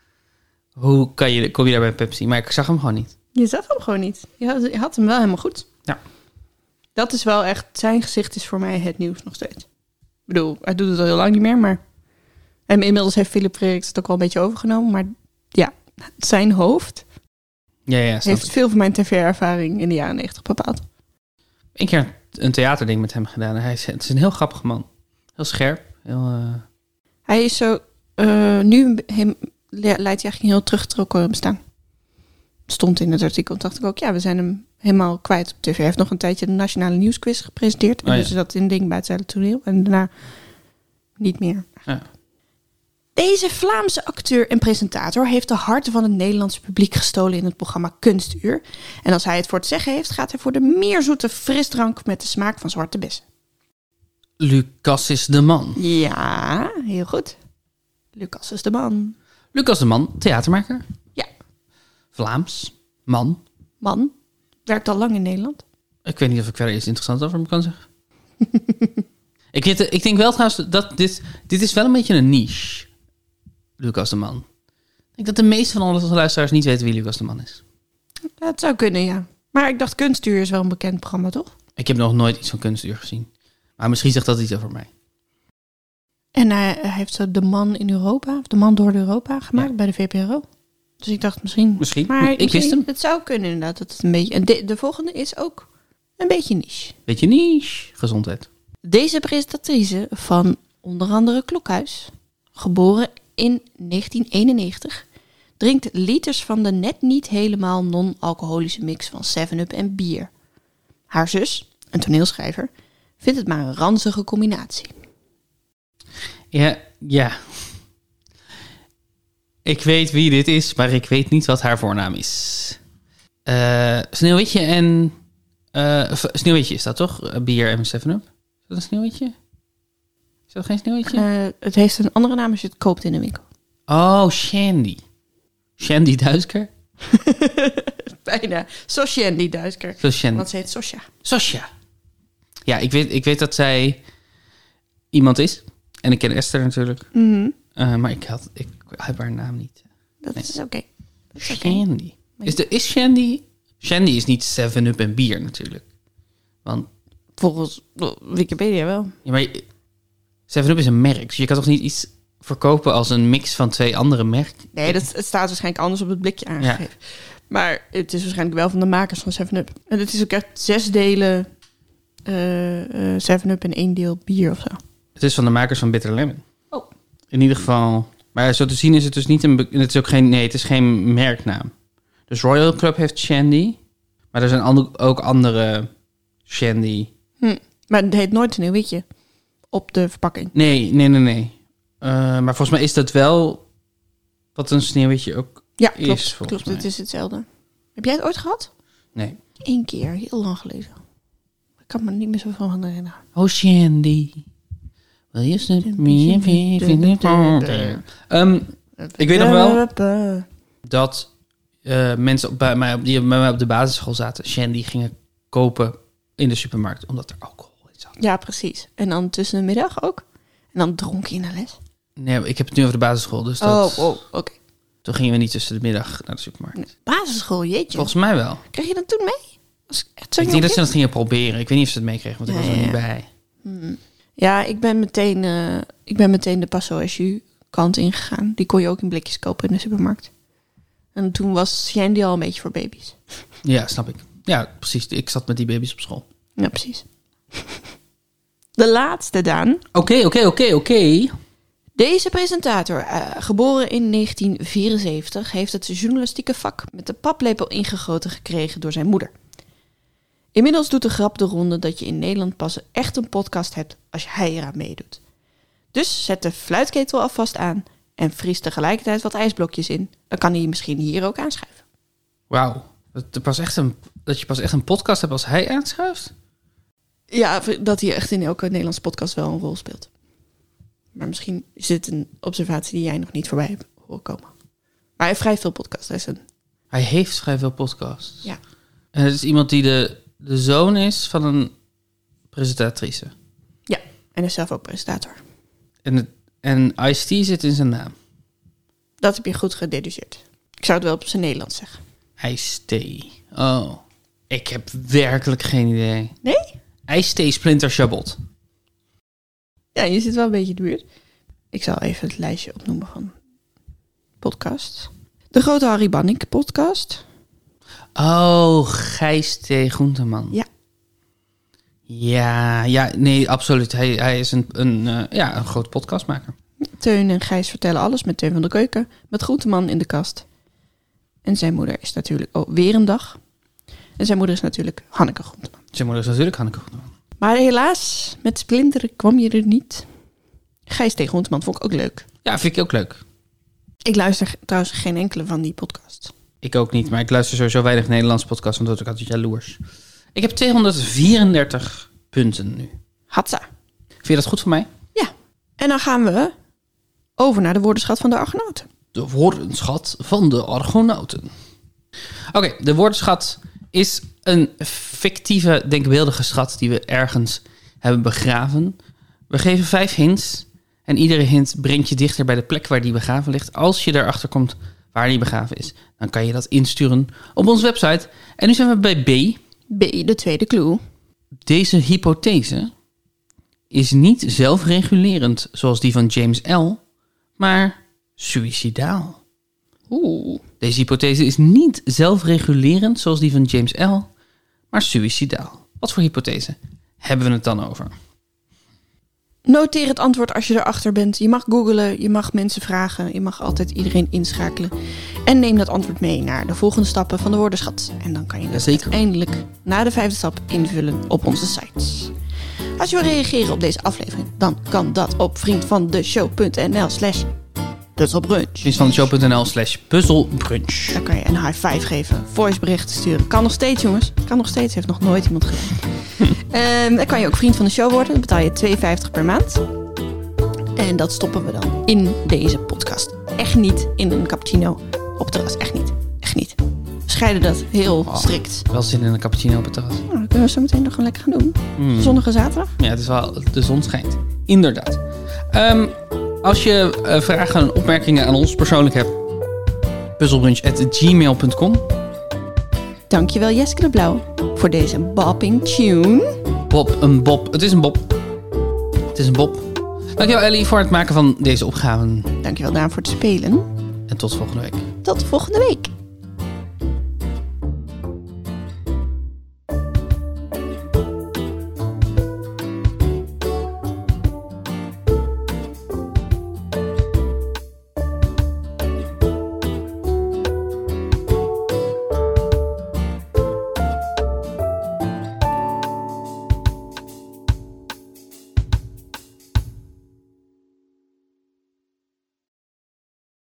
hoe kom je daar bij Pepsi? Maar ik zag hem gewoon niet. Je zag hem gewoon niet. Je had hem wel helemaal goed. Ja. Dat is wel echt... Zijn gezicht is voor mij het nieuws nog steeds. Ik bedoel, hij doet het al heel lang niet meer, maar... En inmiddels heeft Philip Freriks het ook wel een beetje overgenomen. Maar ja, zijn hoofd Ja, heeft veel van mijn tv-ervaring in de jaren 90 bepaald. Een keer een theaterding met hem gedaan. Het is een heel grappig man. Heel scherp. Hij is zo... nu leidt hij eigenlijk een heel teruggetrokken bestaan. Stond in het artikel. En dacht ik ook, ja, we zijn hem helemaal kwijt op tv. Hij heeft nog een tijdje de Nationale Nieuwsquiz gepresenteerd. En dus dat in ding buiten het toneel. En daarna niet meer. Ja. Deze Vlaamse acteur en presentator heeft de harten van het Nederlandse publiek gestolen in het programma Kunstuur. En als hij het voor het zeggen heeft, gaat hij voor de meerzoete frisdrank met de smaak van zwarte bessen. Lucas is de man. Ja, heel goed. Lucas is de man. Lucas de man, theatermaker. Ja. Vlaams. Man. Man. Werkt al lang in Nederland. Ik weet niet of ik verder iets interessants over hem kan zeggen. Ik denk wel trouwens dat dit is wel een beetje een niche. Lucas de man. Ik denk dat de meeste van onze luisteraars niet weten wie Lucas de man is. Dat zou kunnen, ja. Maar ik dacht Kunstuur is wel een bekend programma, toch? Ik heb nog nooit iets van Kunstuur gezien. Maar misschien zegt dat iets over mij. En hij heeft zo De Man in Europa, of De Man door Europa gemaakt bij de VPRO. Dus ik dacht misschien... Maar ik wist hem. Het zou kunnen inderdaad. Dat het een beetje, en de volgende is ook een beetje niche. Beetje niche. Gezondheid. Deze presentatrice van onder andere Klokhuis, geboren in 1991... drinkt liters van de net niet helemaal non-alcoholische mix van 7-Up en bier. Haar zus, een toneelschrijver, vindt het maar een ranzige combinatie. Ja. Ik weet wie dit is, maar ik weet niet wat haar voornaam is. Sneeuwwitje en... Sneeuwwitje is dat toch? Bier en 7-Up. Is dat een Sneeuwwitje? Is dat geen Sneeuwwitje? Het heeft een andere naam als je het koopt in de winkel. Oh, Shandy. Shandy Duisker? Bijna. Shandy Duisker. Want ze heet Sosja. Sosja. Ja, ik weet dat zij iemand is. En ik ken Esther natuurlijk. Mm-hmm. Maar ik heb haar naam niet. Dat is oké. Shandy. Is Shandy... Shandy is niet 7-Up en bier natuurlijk. Want... Volgens Wikipedia wel. Ja, maar 7-Up is een merk. Dus je kan toch niet iets verkopen als een mix van 2 andere merken? Nee, het staat waarschijnlijk anders op het blikje aangegeven. Ja. Maar het is waarschijnlijk wel van de makers van 7-Up. En het is ook echt 6 delen 7-Up en 1 deel bier of zo. Het is van de makers van Bitter Lemon. Oh. In ieder geval... Maar zo te zien is het dus niet een... Het is ook geen... Nee, het is geen merknaam. Dus Royal Club heeft Shandy. Maar er zijn ook andere Shandy. Maar het heet nooit Sneeuwwitje op de verpakking. Nee. Maar volgens mij is dat wel wat een Sneeuwwitje ook is. Klopt, het is hetzelfde. Heb jij het ooit gehad? Nee. 1 keer, heel lang geleden. Ik kan me niet meer zoveel van herinneren. Oh, Shandy. Wil je snap me? Ik weet nog wel dat mensen die bij mij op de basisschool zaten... Shandy gingen kopen in de supermarkt, omdat er alcohol in zat. Ja, precies. En dan tussen de middag ook? En dan dronk je in de les? Nee, ik heb het nu over de basisschool. Dus dat, oké. Toen gingen we niet tussen de middag naar de supermarkt. Nee. Basisschool, jeetje. Volgens mij wel. Kreeg je dat toen mee? Ik denk dat ze dat gingen proberen. Ik weet niet of ze het meekregen, want ik was er niet bij. Ja, ik ben meteen de Paso SU kant ingegaan. Die kon je ook in blikjes kopen in de supermarkt. En toen was Shandy al een beetje voor baby's. Ja, snap ik. Ja, precies. Ik zat met die baby's op school. Ja, precies. De laatste, Daan. Oké. Deze presentator, geboren in 1974, heeft het journalistieke vak met de paplepel ingegoten gekregen door zijn moeder. Inmiddels doet de grap de ronde dat je in Nederland pas echt een podcast hebt als hij eraan meedoet. Dus zet de fluitketel alvast aan en vries tegelijkertijd wat ijsblokjes in. Dan kan hij misschien hier ook aanschuiven. Wauw, dat je pas echt een podcast hebt als hij aanschuift? Ja, dat hij echt in elke Nederlandse podcast wel een rol speelt. Maar misschien is dit een observatie die jij nog niet voorbij hebt horen komen. Maar hij heeft vrij veel podcasts. Hij heeft vrij veel podcasts? Ja. En het is iemand die de zoon is van een presentatrice? Ja, en is zelf ook presentator. En Ice-T zit in zijn naam? Dat heb je goed gededuceerd. Ik zou het wel op zijn Nederlands zeggen. Ice-T. Oh, ik heb werkelijk geen idee. Nee? Ice-T Splinter Chabot. Ja, je zit wel een beetje in de buurt. Ik zal even het lijstje opnoemen van podcasts. De Grote Harry Banning podcast. Oh, Gijs T. Groenteman. Ja. Ja, nee, absoluut. Hij is een groot podcastmaker. Teun en Gijs vertellen alles met Teun van de Keuken. Met Groenteman in de kast. En zijn moeder is natuurlijk weer een dag. En zijn moeder is natuurlijk Hanneke Groenteman. Maar helaas, met Splinter kwam je er niet. Gijs T. Groenteman vond ik ook leuk. Ja, vind ik ook leuk. Ik luister trouwens geen enkele van die podcasts. Ik ook niet, maar ik luister sowieso weinig Nederlandse podcasts, want ik altijd jaloers. Ik heb 234 punten nu. Hatsa. Vind je dat goed voor mij? Ja. En dan gaan we over naar de woordenschat van de Argonauten. De woordenschat van de Argonauten. Oké, de woordenschat is een fictieve, denkbeeldige schat die we ergens hebben begraven. We geven 5 hints en iedere hint brengt je dichter bij de plek waar die begraven ligt. Als je erachter komt waar die begraven is, dan kan je dat insturen op onze website. En nu zijn we bij B. B, de tweede clue. Deze hypothese is niet zelfregulerend zoals die van James L., maar suïcidaal. Deze hypothese is niet zelfregulerend zoals die van James L., maar suïcidaal. Wat voor hypothese hebben we het dan over? Noteer het antwoord als je erachter bent. Je mag googlen, je mag mensen vragen, je mag altijd iedereen inschakelen. En neem dat antwoord mee naar de volgende stappen van de woordenschat. En dan kan je het uiteindelijk na de 5e stap invullen op onze sites. Als je wil reageren op deze aflevering, dan kan dat op vriendvandeshow.nl/puzzelbrunch. Vriendvandeshow.nl/puzzelbrunch. Dan kan je een high five geven, voiceberichten sturen. Kan nog steeds, jongens. Kan nog steeds, heeft nog nooit iemand gedaan. Dan kan je ook vriend van de show worden. Dan betaal je $2,50 per maand. En dat stoppen we dan in deze podcast. Echt niet in een cappuccino op het terras. Echt niet. Echt niet. We scheiden dat heel strikt. Wel zin in een cappuccino op het terras. Nou, dat kunnen we zo meteen nog gewoon lekker gaan doen. Zonnige zaterdag. Ja, het is wel, de zon schijnt. Inderdaad. Als je vragen en opmerkingen aan ons persoonlijk hebt, puzzelbrunch@gmail.com. Dankjewel Jeske de Blauw voor deze bopping tune. Bob. Het is een bob. Dankjewel Ellie voor het maken van deze opgaven. Dankjewel Daan voor het spelen. En tot volgende week. Tot volgende week.